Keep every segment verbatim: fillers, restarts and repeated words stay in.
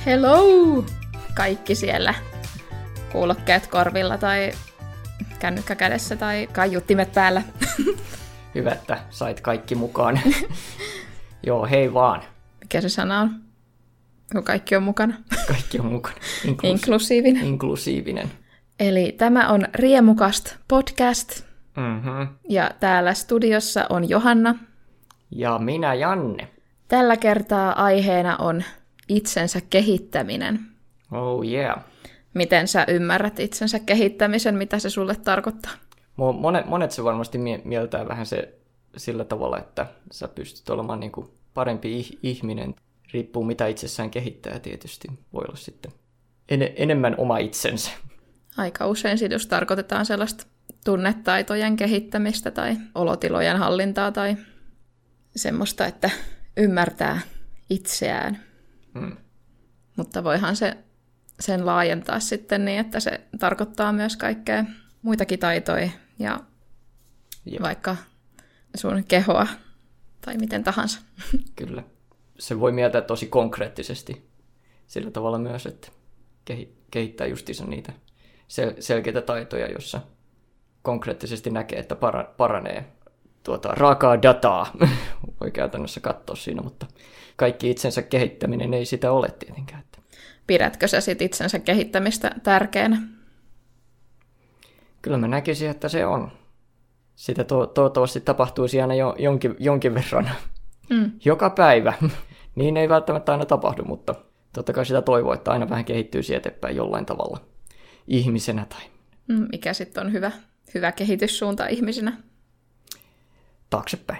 Hello! Kaikki siellä kuulokkeet korvilla tai kännykkä kädessä tai kaiuttimet päällä. Hyvä, että sait kaikki mukaan. Joo, hei vaan. Mikä se sana on? Kun kaikki on mukana. Kaikki on mukana. Inklus- Inklusiivinen. Inklusiivinen. Eli tämä on Riemukast podcast. Mm-hmm. Ja täällä studiossa on Johanna. Ja minä Janne. Tällä kertaa aiheena on itsensä kehittäminen. Oh yeah. Miten sä ymmärrät itsensä kehittämisen, mitä se sulle tarkoittaa? Monet, monet se varmasti mie- mieltää vähän se sillä tavalla, että sä pystyt olemaan niin kuin parempi ih- ihminen. Riippuu mitä itsessään kehittää tietysti. Voi olla sitten en- enemmän oma itsensä. Aika usein sit, jos tarkoitetaan sellaista tunnetaitojen kehittämistä tai olotilojen hallintaa tai semmoista, että ymmärtää itseään. Hmm. Mutta voihan se sen laajentaa sitten niin, että se tarkoittaa myös kaikkea muitakin taitoja ja Jep. vaikka sun kehoa tai miten tahansa. Kyllä. Se voi mieltää tosi konkreettisesti sillä tavalla myös, että kehittää justiinsa niitä sel- selkeitä taitoja, jossa konkreettisesti näkee, että para- paranee tuota raakaa dataa. Voi käytännössä katsoa siinä, mutta kaikki itsensä kehittäminen ei sitä ole tietenkään. Pidätkö sä sit itsensä kehittämistä tärkeänä? Kyllä mä näkisin, että se on. Sitä to- toivottavasti tapahtuisi aina jo- jonkin, jonkin verran. Mm. Joka päivä. Niin ei välttämättä aina tapahdu, mutta totta kai sitä toivoo, että aina vähän kehittyisi eteenpäin jollain tavalla ihmisenä. Tai... Mm, mikä sitten on hyvä, hyvä kehityssuunta ihmisenä? Taaksepäin.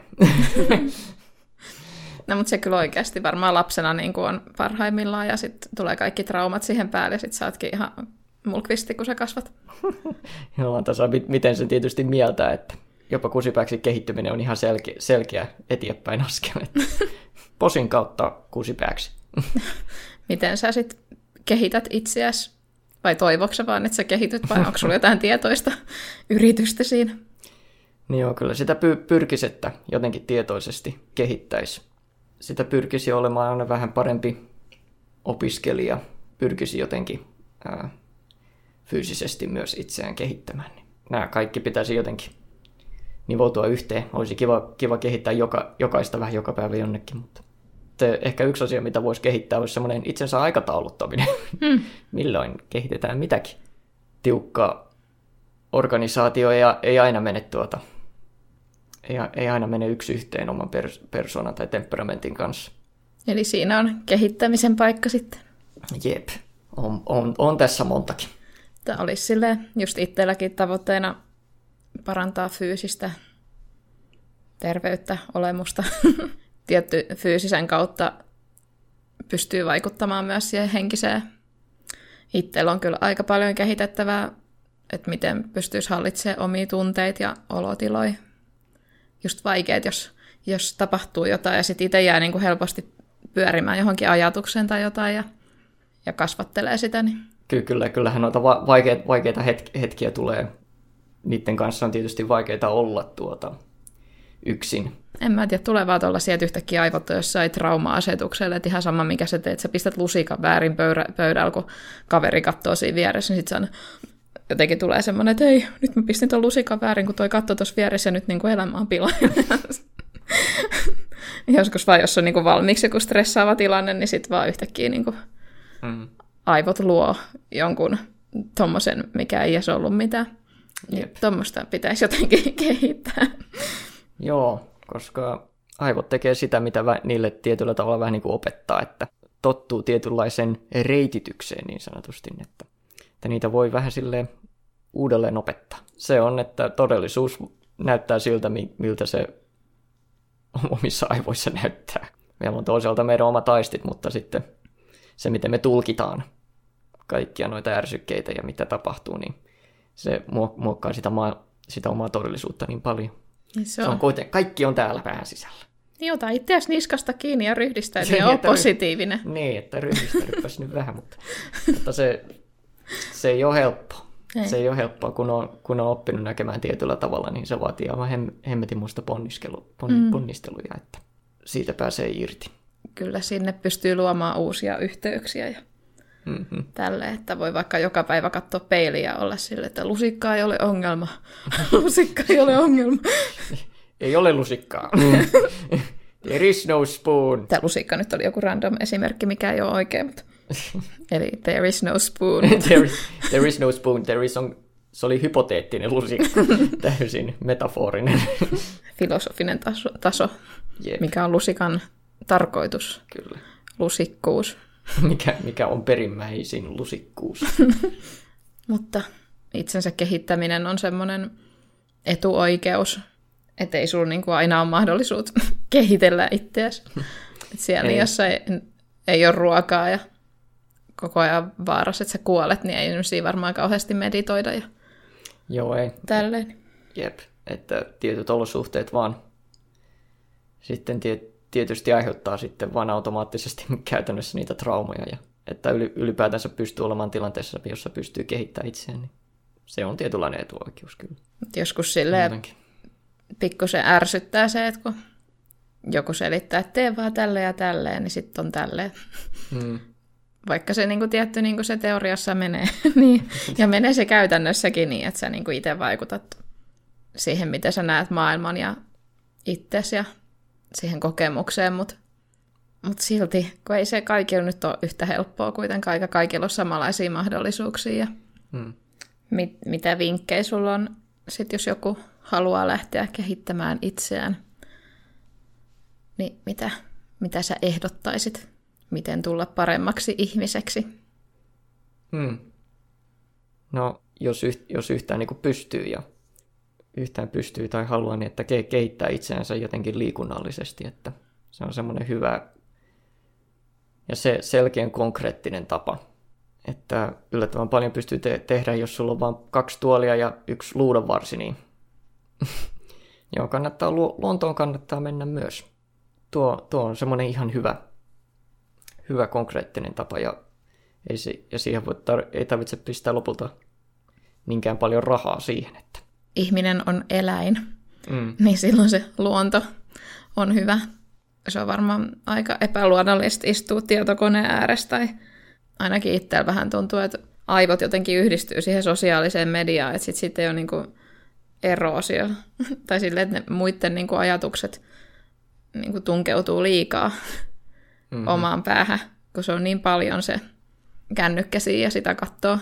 No, mutta se kyllä oikeasti varmaan lapsena niin kuin on parhaimmillaan ja sitten tulee kaikki traumat siihen päälle ja sitten sä ootkin ihan mulkvisti, kun sä kasvat. Joo, tässä miten se tietysti mieltää, että jopa kusipääksi kehittyminen on ihan selkeä, selkeä eteenpäin askel. Posin kautta kusipääksi. Miten sä sitten kehität itseäsi? Vai toivoksa vaan, että sä kehityt vai onko sulla jotain tietoista yritystä siinä? Niin joo, kyllä sitä py- pyrkisi, että jotenkin tietoisesti kehittäisi. Sitä pyrkisi olemaan aina vähän parempi opiskelija, pyrkisi jotenkin ää, fyysisesti myös itseään kehittämään. Nämä kaikki pitäisi jotenkin nivoutua yhteen. Olisi kiva, kiva kehittää joka, jokaista vähän joka päivä jonnekin, mutta te, ehkä yksi asia, mitä voisi kehittää, olisi semmoinen itsensä aikatauluttaminen. Mm. Milloin kehitetään mitäkin. Tiukka organisaatio ei, ei aina mene tuota... Ei, ei aina mene yksi yhteen oman pers- persoonan tai temperamentin kanssa. Eli siinä on kehittämisen paikka sitten. Jep, on, on, on tässä montakin. Tämä olisi silleen just itselläkin tavoitteena parantaa fyysistä terveyttä, olemusta. Tietty fyysisen kautta pystyy vaikuttamaan myös siihen henkiseen. Itsellä on kyllä aika paljon kehitettävää, että miten pystyisi hallitsemaan omia tunteita ja olotiloja. Just vaikeet, jos, jos tapahtuu jotain ja sitten itse jää niin kuin helposti pyörimään johonkin ajatukseen tai jotain ja, ja kasvattelee sitä. Niin. Kyllä, kyllä, kyllähän noita vaikeita, vaikeita hetkiä tulee. Niiden kanssa on tietysti vaikeita olla tuota, yksin. En mä tiedä, tulee vaan tuollaisia, että yhtäkkiä aivot on jossain trauma-asetukselle, että ihan sama mikä sä teet, sä pistät lusikan väärin pöydä, pöydällä, kun kaveri katsoo siinä vieressä, niin sitten jotenkin tulee semmoinen, että ei, nyt mä pistin ton lusikan väärin, kun toi katsoi tuossa vieressä ja nyt niin kuin elämä on pilaa. Joskus vaan, jos on niin kuin valmiiksi joku stressaava tilanne, niin sitten vaan yhtäkkiä niin kuin mm. aivot luo jonkun tommosen, mikä ei edes ollut mitään. Niin tommoista pitäisi jotenkin kehittää. Joo, koska aivot tekee sitä, mitä niille tietyllä tavalla vähän niin kuin opettaa, että tottuu tietynlaiseen reititykseen niin sanotusti, että että niitä voi vähän silleen uudelleen opettaa. Se on, että todellisuus näyttää siltä, miltä se omissa aivoissa näyttää. Meillä on toisaalta meidän omat aistit, mutta sitten se, miten me tulkitaan kaikkia noita ärsykkeitä ja mitä tapahtuu, niin se muokkaa sitä, maa, sitä omaa todellisuutta niin paljon. Se on. Se on kuiten, kaikki on täällä pään sisällä. Niin ota itseäsi niskasta kiinni ja ryhdistäydy ja ole positiivinen. Niin, että ryhdistäydypäs nyt vähän, mutta, mutta se... Se ei ole helppoa. Ei. Se ei ole helppoa, kun on, kun on oppinut näkemään tietyllä tavalla, niin se vaatii aivan hem, hemmetin muista ponniskelu, pon, mm. ponnisteluja, että siitä pääsee irti. Kyllä sinne pystyy luomaan uusia yhteyksiä ja Mm-hmm. Tälle, että voi vaikka joka päivä katsoa peiliä ja olla sille, että lusikka ei ole ongelma. Lusikka ei ole ongelma. Ei ole lusikkaa. There is no spoon. Tämä lusikka nyt oli joku random esimerkki, mikä ei ole oikein. Mutta... Eli there is no spoon. there, there is no spoon. There is on... Se oli hypoteettinen lusikka. Täysin metaforinen. Filosofinen taso, taso Jep. mikä on lusikan tarkoitus. Kyllä. Lusikkuus. Mikä, mikä on perimmäisin lusikkuus. Mutta itsensä kehittäminen on semmoinen etuoikeus, että ei sulla niinku aina ole mahdollisuus kehitellä itseäsi. Et siellä ei. Jos ei, ei ole ruokaa ja koko ajan vaarassa, että sä kuolet, niin ei siinä varmaan kauheasti meditoida ja Joo, ei. tälleen. Jep, että tietyt olosuhteet vaan sitten tie, tietysti aiheuttaa sitten vaan automaattisesti käytännössä niitä traumoja. Ja, että ylipäätänsä pystyy olemaan tilanteessa, jossa pystyy kehittämään itseään, niin se on tietynlainen etuoikeus kyllä. Joskus silleen pikkusen ärsyttää se, että kun joku selittää, että tee vaan tälleen ja tälleen, niin sitten on tälleen. Mm. Vaikka se niin kuin, tietty niin kuin se teoriassa menee, niin, ja menee se käytännössäkin niin, että sä niin kuin itse vaikutat siihen, miten sä näet maailman ja itsesi ja siihen kokemukseen, mutta mut silti, kun ei se kaikilla nyt ole yhtä helppoa kuitenkaan, eikä kaikilla ole samanlaisia mahdollisuuksia. Hmm. Mit, mitä vinkkejä sulla on, sit jos joku haluaa lähteä kehittämään itseään, niin mitä, mitä sä ehdottaisit? Miten tulla paremmaksi ihmiseksi? Hmm. No, jos, yht, jos yhtään niin kuin pystyy ja yhtään pystyy tai haluaa, niin että ke- kehittää itseänsä jotenkin liikunnallisesti, että se on semmoinen hyvä ja se selkeän konkreettinen tapa, että yllättävän paljon pystyy te- tehdä, jos sulla on vain kaksi tuolia ja yksi luudanvarsi, niin joo, kannattaa, lu- luontoon kannattaa mennä myös. Tuo, tuo on semmoinen ihan hyvä hyvä konkreettinen tapa, ja, ei se, ja siihen voi tar- ei tarvitse pistää lopulta niinkään paljon rahaa siihen. Että... Ihminen on eläin, mm. niin silloin se luonto on hyvä. Se on varmaan aika epäluonnollista istua tietokoneen ääressä, tai ainakin itsellä vähän tuntuu, että aivot jotenkin yhdistyy siihen sosiaaliseen mediaan, että sitten sit ei ole niinku eroa siellä, tai silleen, että ne muiden niinku ajatukset niinku tunkeutuu liikaa. Mm-hmm. omaan päähän, kun se on niin paljon se kännykkä siinä ja sitä katsoo.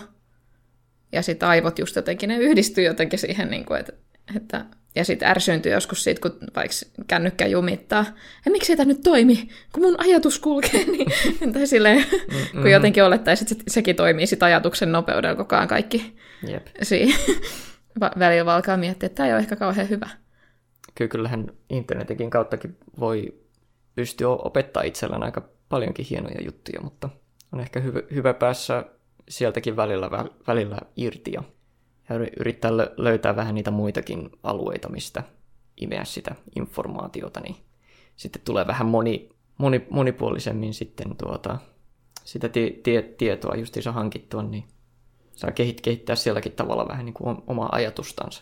Ja sitten aivot just jotenkin, ne yhdistyy jotenkin siihen, niin kuin, että, että, ja sitten ärsyyntyy joskus siitä, kun vaikka kännykkä jumittaa. Ja miksi tämä nyt toimi, kun mun ajatus kulkee, niin, tai silleen, mm-hmm. kun jotenkin olettaisiin, että sekin toimii sit ajatuksen nopeudella koko ajan kaikki. Jep. Siinä välillä alkaa miettiä, että tämä ei ole ehkä kauhean hyvä. Kyllä, kyllähän internetin kauttakin voi pystyy opettamaan itsellään aika paljonkin hienoja juttuja, mutta on ehkä hyvä, hyvä päässä sieltäkin välillä, välillä irti ja, ja yrittää löytää vähän niitä muitakin alueita, mistä imeä sitä informaatiota, niin sitten tulee vähän moni, moni, monipuolisemmin sitten tuota, sitä tie, tie, tietoa justiinsa hankittua, niin saa kehit, kehittää sielläkin tavalla vähän niin kuin omaa ajatustansa.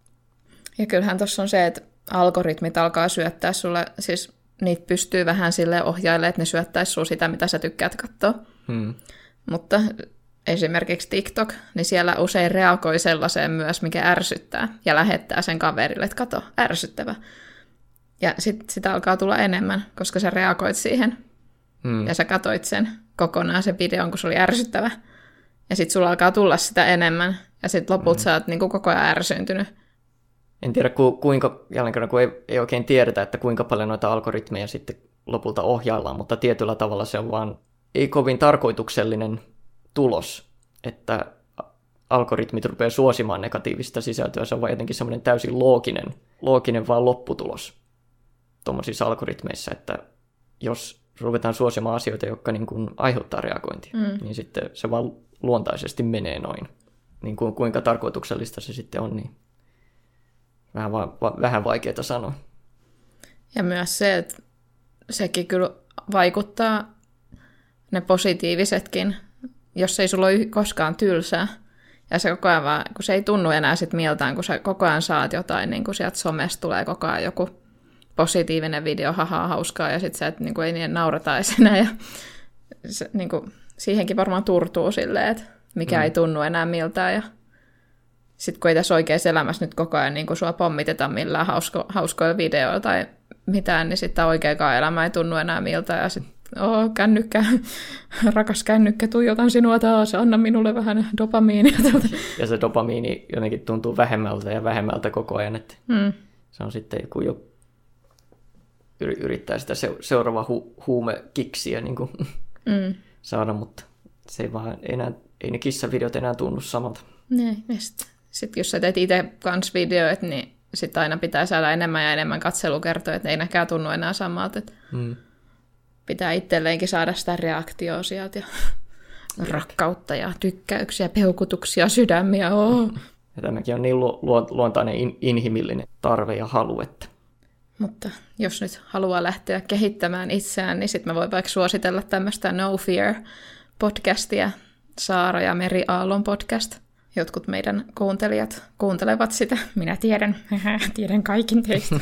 Ja kyllähän tuossa on se, että algoritmit alkaa syöttää sulle, siis niitä pystyy vähän silleen ohjailemaan, että ne syöttäisi sinulle sitä, mitä sä tykkäät katsoa. Hmm. Mutta esimerkiksi TikTok, niin siellä usein reagoi sellaiseen myös, mikä ärsyttää, ja lähettää sen kaverille, että kato, ärsyttävä. Ja sitten sitä alkaa tulla enemmän, koska sä reagoit siihen, hmm. ja sä katoit sen kokonaan sen videon, kun se oli ärsyttävä. Ja sitten sulla alkaa tulla sitä enemmän, ja sitten loput hmm. sä oot niin kuin koko ajan ärsyyntynyt. En tiedä, ku, kuinka, jälleen kerran, kun ei, ei oikein tiedetä, että kuinka paljon noita algoritmeja sitten lopulta ohjaillaan, mutta tietyllä tavalla se on vaan ei kovin tarkoituksellinen tulos, että algoritmit rupeaa suosimaan negatiivista sisältöä. Se on vaan jotenkin semmoinen täysin looginen, looginen vaan lopputulos tuommoisissa algoritmeissa, että jos ruvetaan suosimaan asioita, jotka niin kuin aiheuttaa reagointia, mm. niin sitten se vaan luontaisesti menee noin. Niin kuin, kuinka tarkoituksellista se sitten on, niin Vähän, va- va- vähän vaikeaa sanoa. Ja myös se, että sekin kyllä vaikuttaa ne positiivisetkin, jos ei sulla ole koskaan tylsää. Ja se koko ajan vaan, kun se ei tunnu enää sit mieltään, kun sä koko ajan saat jotain, niin kun sieltä somesta tulee koko ajan joku positiivinen video, haha, hauskaa, ja sitten sä et, niin kuin ei niin naurata edes enää. Ja se, niin kuin, siihenkin varmaan turtuu silleen, että mikä mm. ei tunnu enää miltään. Ja sitten kun ei tässä oikeassa elämässä nyt koko ajan niin kun sua pommitetaan millään hausko, hauskoilla videoilla tai mitään, niin sitten oikeakaan elämä ei tunnu enää miltään. Ja sitten, oh, kännykkä, rakas kännykkä, tuijotan sinua taas, anna minulle vähän dopamiinia. Ja se dopamiini jotenkin tuntuu vähemmältä ja vähemmältä koko ajan, että mm. se on sitten joku jo yrittää sitä seuraavaa hu- huumekiksiä niin kuin mm. saada, mutta se ei vaan enää, ei ne kissavideot enää tunnu samalta. Ne, sitten sit jos sä teet itse kans videoita, niin sitten aina pitää saada enemmän ja enemmän katselukertoja, että ei näkään tunnu enää samalta. Mm. Pitää itselleenkin saada sitä reaktioa sieltä ja rakkautta ja tykkäyksiä, peukutuksia, sydämiä. Oh. Ja tämäkin on niin lu- lu- luontainen in- inhimillinen tarve ja halu, että mutta jos nyt haluaa lähteä kehittämään itseään, niin sitten mä voin vaikka suositella tämmöistä No Fear-podcastia, Saara ja Meri Aallon podcast. Jotkut meidän kuuntelijat kuuntelevat sitä. Minä tiedän, tiedän kaikin teistä.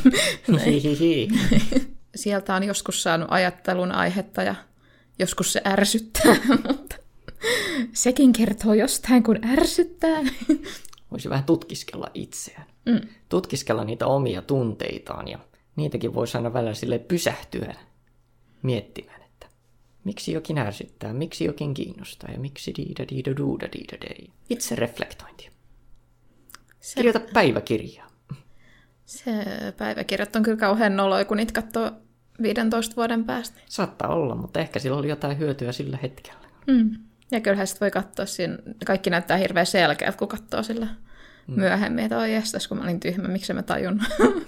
Sieltä on joskus saanut ajattelun aihetta ja joskus se ärsyttää, mutta sekin kertoo jostain, kun ärsyttää. Voisi vähän tutkiskella itseään. Mm. Tutkiskella niitä omia tunteitaan ja niitäkin voisi aina välillä sille pysähtyä miettimään, että miksi jokin ärsyttää, miksi jokin kiinnostaa ja miksi diida diida duuda diida dei. Itse reflektointi. Se... Kirjoita päiväkirjaa. Se päiväkirjat on kyllä kauhean noloja, kun niitä katsoo viidentoista vuoden päästä. Saattaa olla, mutta ehkä sillä oli jotain hyötyä sillä hetkellä. Mm. Ja kyllähän sitten voi katsoa siinä, kaikki näyttää hirveän selkeältä, kun katsoo sillä mm. myöhemmin, että oi jestas, kun mä olin tyhmä, miksi mä tajun.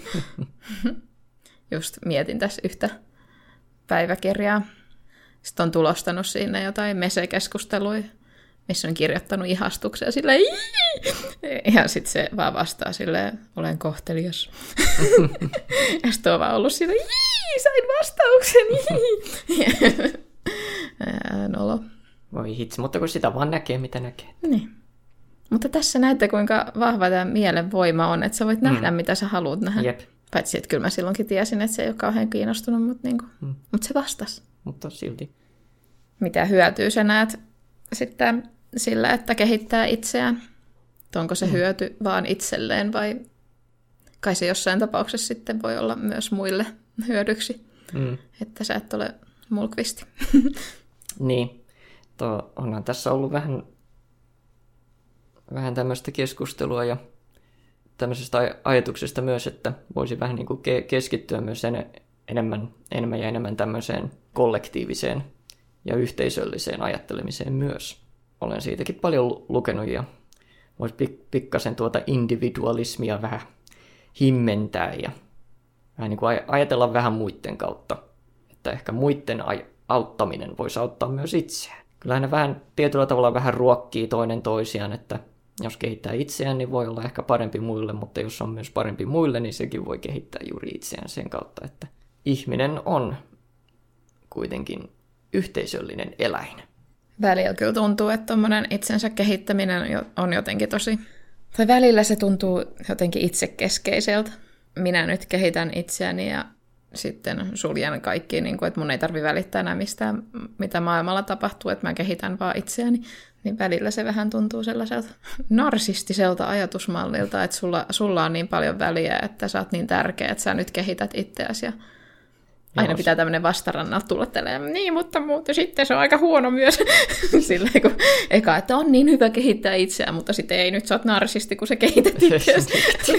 Just mietin tässä yhtä päiväkirjaa. Sitten on tulostanut siinä jotain mesekeskusteluja, missä on kirjoittanut ihastuksia silleen, ja sitten se vaan vastaa silleen, olen kohtelias. Ja sitten on vaan ollut silleen, sain vastauksen. Nolo. Voi hitsi, mutta kun sitä vaan näkee, mitä näkee. Niin. Mutta tässä näette, kuinka vahva tämä mielen voima on, että sä voit nähdä, mm. mitä sä haluat nähdä. Jep. Paitsi, että kyllä mä silloinkin tiesin, että se ei ole kauhean kiinnostunut, mutta, niin kuin, mm. mutta se vastasi. Mutta silti. Mitä hyötyä sä näet sitten sillä, että kehittää itseään? Onko se mm. hyöty vaan itselleen vai kai se jossain tapauksessa sitten voi olla myös muille hyödyksi, mm. että sä et ole mulkvisti. Niin. Tuo, onhan tässä ollut vähän, vähän tämmöistä keskustelua ja tämmöisestä aj- ajatuksesta myös, että voisi vähän niin kuin ke- keskittyä myös en- enemmän, enemmän ja enemmän tämmöiseen kollektiiviseen ja yhteisölliseen ajattelemiseen myös. Olen siitäkin paljon lukenut ja voisi pik- pikkasen tuota individualismia vähän himmentää ja vähän niin kuin aj- ajatella vähän muiden kautta, että ehkä muiden aj- auttaminen voisi auttaa myös itseään. Kyllähän ne vähän tietyllä tavalla vähän ruokkii toinen toisiaan, että jos kehittää itseään, niin voi olla ehkä parempi muille, mutta jos on myös parempi muille, niin sekin voi kehittää juuri itseään sen kautta, että ihminen on kuitenkin yhteisöllinen eläin. Välillä kyllä tuntuu, että tuommoinen itsensä kehittäminen on jotenkin tosi... Tai välillä se tuntuu jotenkin itsekeskeiseltä. Minä nyt kehitän itseäni ja sitten suljen kaikki, niin kuin, että mun ei tarvitse välittää enää mistään, mitä maailmalla tapahtuu, että mä kehitän vaan itseäni. Niin välillä se vähän tuntuu sellaiselta narsistiselta ajatusmallilta, että sulla, sulla on niin paljon väliä, että sä oot niin tärkeä, että sä nyt kehität itseäsi. Ja aina pitää tämmöinen vastarannalta tulla tälleen, niin, mutta, mutta sitten se on aika huono myös. Silleen, kun eka, että on niin hyvä kehittää itseään, mutta sitten ei, nyt sä oot narsisti, kun sä kehität itseäsi.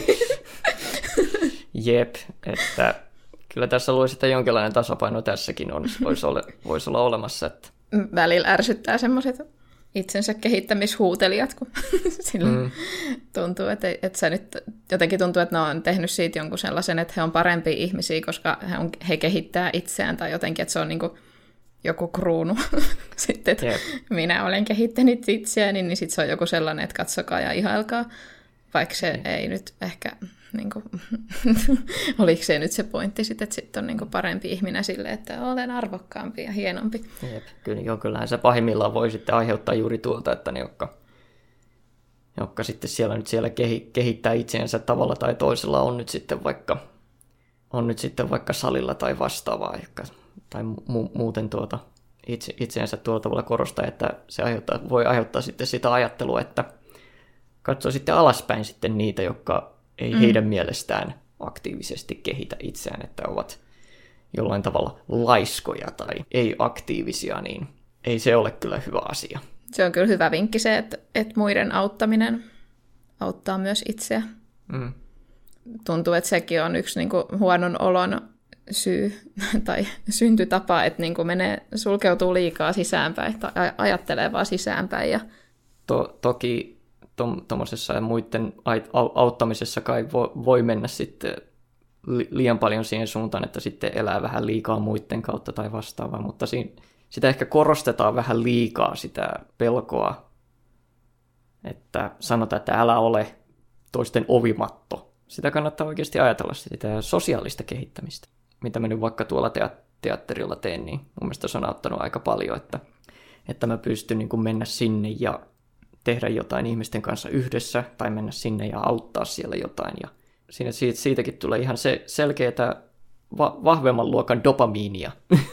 Jep, että kyllä tässä luisi, että jonkinlainen tasapaino tässäkin on, voisi olla, voisi olla olemassa. Että... Välillä ärsyttää semmoiset itsensä kehittämishuutelijat, kun sillä mm. tuntuu, että, että sä nyt jotenkin tuntuu, että ne on tehnyt siitä jonkun sellaisen, että he on parempia ihmisiä, koska he, on, he kehittää itseään tai jotenkin, että se on niin kuin joku kruunu. Sitten, että yep. minä olen kehittänyt itseäni, niin sitten se on joku sellainen, että katsokaa ja ihailkaa, vaikka se yep. ei nyt ehkä... Niin kuin, oliko se nyt se pointti sitten, että sitten on niin kuin parempi ihminen sille, että olen arvokkaampi ja hienompi. Jep, kyllä, joo, kyllähän se pahimmillaan voi sitten aiheuttaa juuri tuolta, että ne, jotka, jotka sitten siellä nyt siellä kehittää itseensä tavalla tai toisella, on nyt sitten vaikka, on nyt sitten vaikka salilla tai vastaavaa, jotka, tai mu- muuten tuota, itse, itseensä tuolla tavalla korostaa, että se aiheuttaa, voi aiheuttaa sitten sitä ajattelua, että katsoo sitten alaspäin sitten niitä, jotka ei mm. heidän mielestään aktiivisesti kehitä itseään, että ovat jollain tavalla laiskoja tai ei-aktiivisia, niin ei se ole kyllä hyvä asia. Se on kyllä hyvä vinkki se, että, että muiden auttaminen auttaa myös itseä. Mm. Tuntuu, että sekin on yksi niin kuin huonon olon syy tai syntytapa, että niin kuin menee, sulkeutuu liikaa sisäänpäin tai ajattelee vaan sisäänpäin. Ja... To, toki tuommoisessa ja muiden auttamisessa kai voi, voi mennä sitten liian paljon siihen suuntaan, että sitten elää vähän liikaa muiden kautta tai vastaavaa, mutta siinä, sitä ehkä korostetaan vähän liikaa sitä pelkoa, että sanotaan, että älä ole toisten ovimatto. Sitä kannattaa oikeasti ajatella, sitä sosiaalista kehittämistä. Mitä mä nyt vaikka tuolla teatterilla teen, niin mun mielestä se on auttanut aika paljon, että, että mä pystyn niin kuin mennä sinne ja tehdä jotain ihmisten kanssa yhdessä, tai mennä sinne ja auttaa siellä jotain. Ja siinä, siitä, siitäkin tulee ihan se selkeätä va- vahvemman luokan dopamiinia.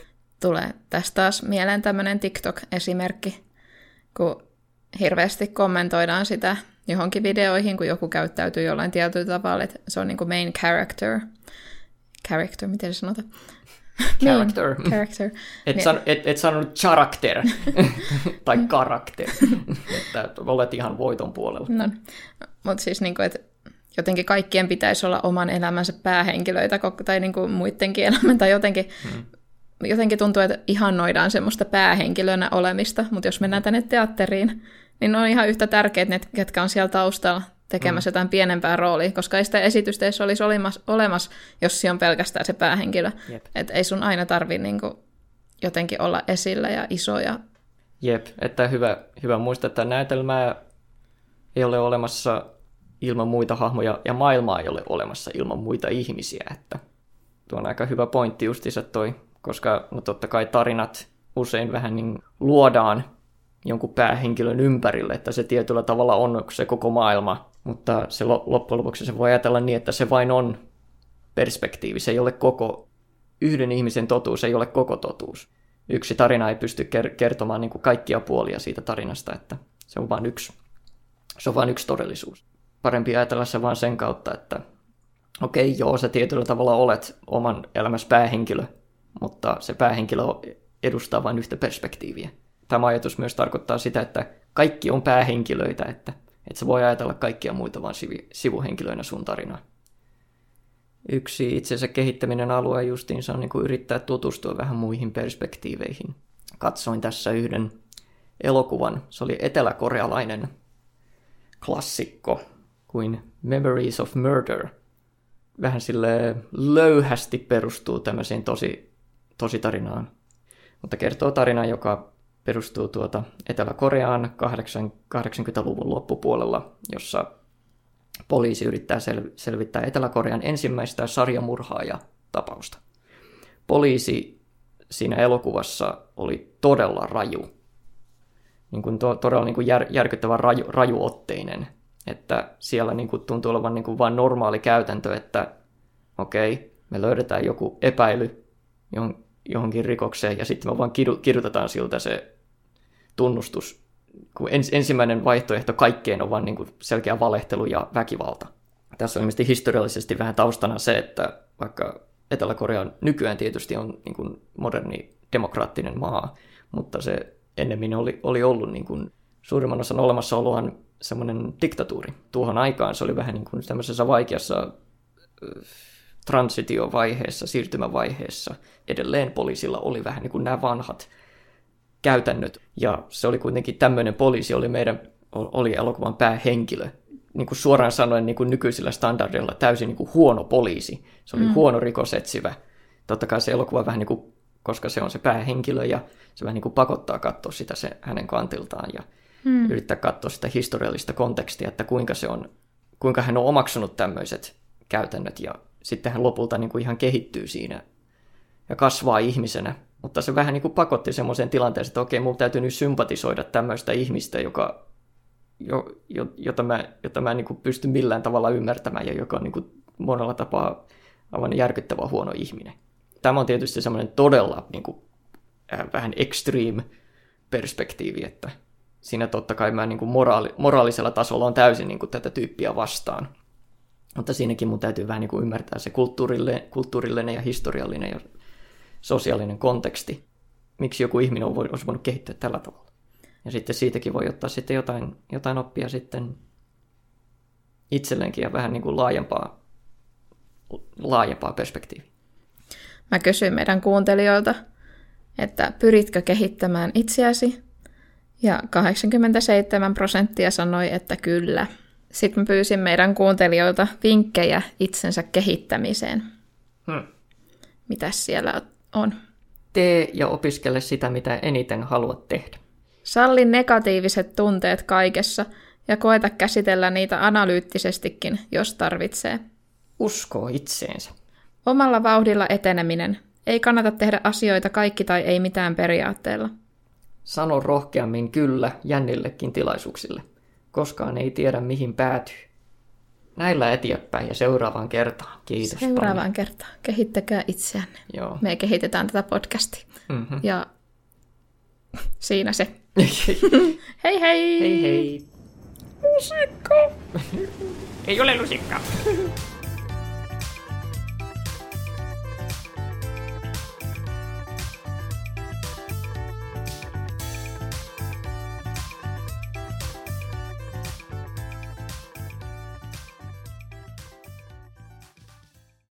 Tulee tästä taas mieleen tämmöinen TikTok-esimerkki, kun hirveästi kommentoidaan sitä johonkin videoihin, kun joku käyttäytyy jollain tietyllä tavalla, että se on niin kuin main character. Character, miten se sanotaan? Character. Main character. Et, niin. san, et, et sanonut character tai karakter, että olet ihan voiton puolella. No, mutta siis niin kuin, että jotenkin kaikkien pitäisi olla oman elämänsä päähenkilöitä tai niin kuin muidenkin elämän, tai jotenkin, hmm. jotenkin tuntuu, että ihannoidaan semmoista päähenkilönä olemista, mutta jos mennään tänne teatteriin, niin on ihan yhtä tärkeitä ne, ketkä on siellä taustalla tekemässä mm. jotain pienempää roolia, koska ei sitä esitystä edes olisi olemassa, jos se on pelkästään se päähenkilö. Että ei sun aina tarvitse niinku jotenkin olla esillä ja iso. Ja... Jep, että hyvä, hyvä muistaa, että näytelmää ei ole olemassa ilman muita hahmoja, ja maailmaa ei ole olemassa ilman muita ihmisiä. Että tuo on aika hyvä pointti justiinsa toi, koska no totta kai tarinat usein vähän niin luodaan jonkun päähenkilön ympärille, että se tietyllä tavalla on se koko maailma, mutta se loppujen lopuksi se voi ajatella niin, että se vain on perspektiivi, se ei ole koko, yhden ihmisen totuus ei ole koko totuus. Yksi tarina ei pysty kertomaan niin kuin kaikkia puolia siitä tarinasta, että se on vain yksi, se on vain yksi todellisuus. Parempi ajatella se vaan sen kautta, että okei, joo, sä tietyllä tavalla olet oman elämässä päähenkilö, mutta se päähenkilö edustaa vain yhtä perspektiiviä. Tämä ajatus myös tarkoittaa sitä, että kaikki on päähenkilöitä, että et sä voi ajatella kaikkia muita vaan sivuhenkilöinä sun tarinaa. Yksi itsensä kehittäminen alue justiinsa on niin kuin yrittää tutustua vähän muihin perspektiiveihin. Katsoin tässä yhden elokuvan, se oli eteläkorealainen klassikko kuin Memories of Murder. Vähän sille löyhästi perustuu tämmöiseen tosi, tositarinaan, mutta kertoo tarinaa, joka perustuu tuota Etelä-Koreaan kahdeksankymmentäluvun loppupuolella, jossa poliisi yrittää sel- selvittää Etelä-Korean ensimmäistä sarjamurhaaja-tapausta. Poliisi siinä elokuvassa oli todella raju, niin kuin to- todella niin kuin jär- järkyttävän raju- rajuotteinen, että siellä niin kuin tuntuu olevan niin kuin vain normaali käytäntö, että okei, me löydetään joku epäily johonkin rikokseen, ja sitten me vaan kirjoitetaan siltä se tunnustus. Kun ens, ensimmäinen vaihtoehto kaikkeen on vaan niin kuin selkeä valehtelu ja väkivalta. Tässä on ilmeisesti historiallisesti vähän taustana se, että vaikka Etelä-Korea nykyään tietysti on niin kuin moderni demokraattinen maa, mutta se ennemmin oli, oli ollut niin kuin suurimman osan olemassaolohan semmoinen diktatuuri. Tuohon aikaan se oli vähän niin kuin tämmöisessä vaikeassa transitiovaiheessa, siirtymävaiheessa. Edelleen poliisilla oli vähän niin kuin nämä vanhat käytännöt. Ja se oli kuitenkin tämmöinen poliisi, oli meidän oli elokuvan päähenkilö. Niin kuin suoraan sanoen niin kuin nykyisillä standardeilla täysin niin kuin huono poliisi. Se oli mm. huono rikosetsivä. Totta kai se elokuva vähän niin kuin, koska se on se päähenkilö ja se vähän niin kuin pakottaa katsoa sitä se hänen kantiltaan ja mm. yrittää katsoa sitä historiallista kontekstia, että kuinka se on, kuinka hän on omaksunut tämmöiset käytännöt ja sitten hän lopulta niin kuin ihan kehittyy siinä ja kasvaa ihmisenä. Mutta se vähän niin kuin pakotti semmoiseen tilanteeseen, että okei, mulla täytyy nyt sympatisoida tämmöistä ihmistä, joka, jo, jo, jota mä, jota mä en niin kuin pysty millään tavalla ymmärtämään ja joka on niin kuin monella tapaa aivan järkyttävän huono ihminen. Tämä on tietysti semmoinen todella niin kuin äh, vähän extreme perspektiivi, että siinä totta kai mä niin kuin moraali, moraalisella tasolla on täysin niin kuin tätä tyyppiä vastaan. Mutta siinäkin mun täytyy vähän niin kuin ymmärtää se kulttuurillinen, kulttuurillinen ja historiallinen ja sosiaalinen konteksti, miksi joku ihminen on voinut, olisi voinut kehittyä tällä tavalla. Ja sitten siitäkin voi ottaa sitten jotain, jotain oppia sitten itselleenkin ja vähän niin kuin laajempaa, laajempaa perspektiiviä. Mä kysyin meidän kuuntelijoilta, että pyritkö kehittämään itseäsi? Ja kahdeksankymmentäseitsemän prosenttia sanoi, että kyllä. Sitten mä pyysin meidän kuuntelijoilta vinkkejä itsensä kehittämiseen. Hmm. Mitäs siellä on? Tee ja opiskele sitä, mitä eniten haluat tehdä. Salli negatiiviset tunteet kaikessa ja koeta käsitellä niitä analyyttisestikin, jos tarvitsee. Uskoo itseensä. Omalla vauhdilla eteneminen. Ei kannata tehdä asioita kaikki tai ei mitään periaatteella. Sano rohkeammin kyllä jännillekin tilaisuuksille. Koskaan ei tiedä, mihin päätyy. Näillä eteenpäin ja seuraavaan kertaan. Kiitos Seuraavaan paljon. kertaan. Kehittäkää itseänne. Joo. Me kehitetään tätä podcastia. Mm-hmm. Ja siinä se. Hei hei! Hei hei! Lusikka! Ei ole lusikkaa.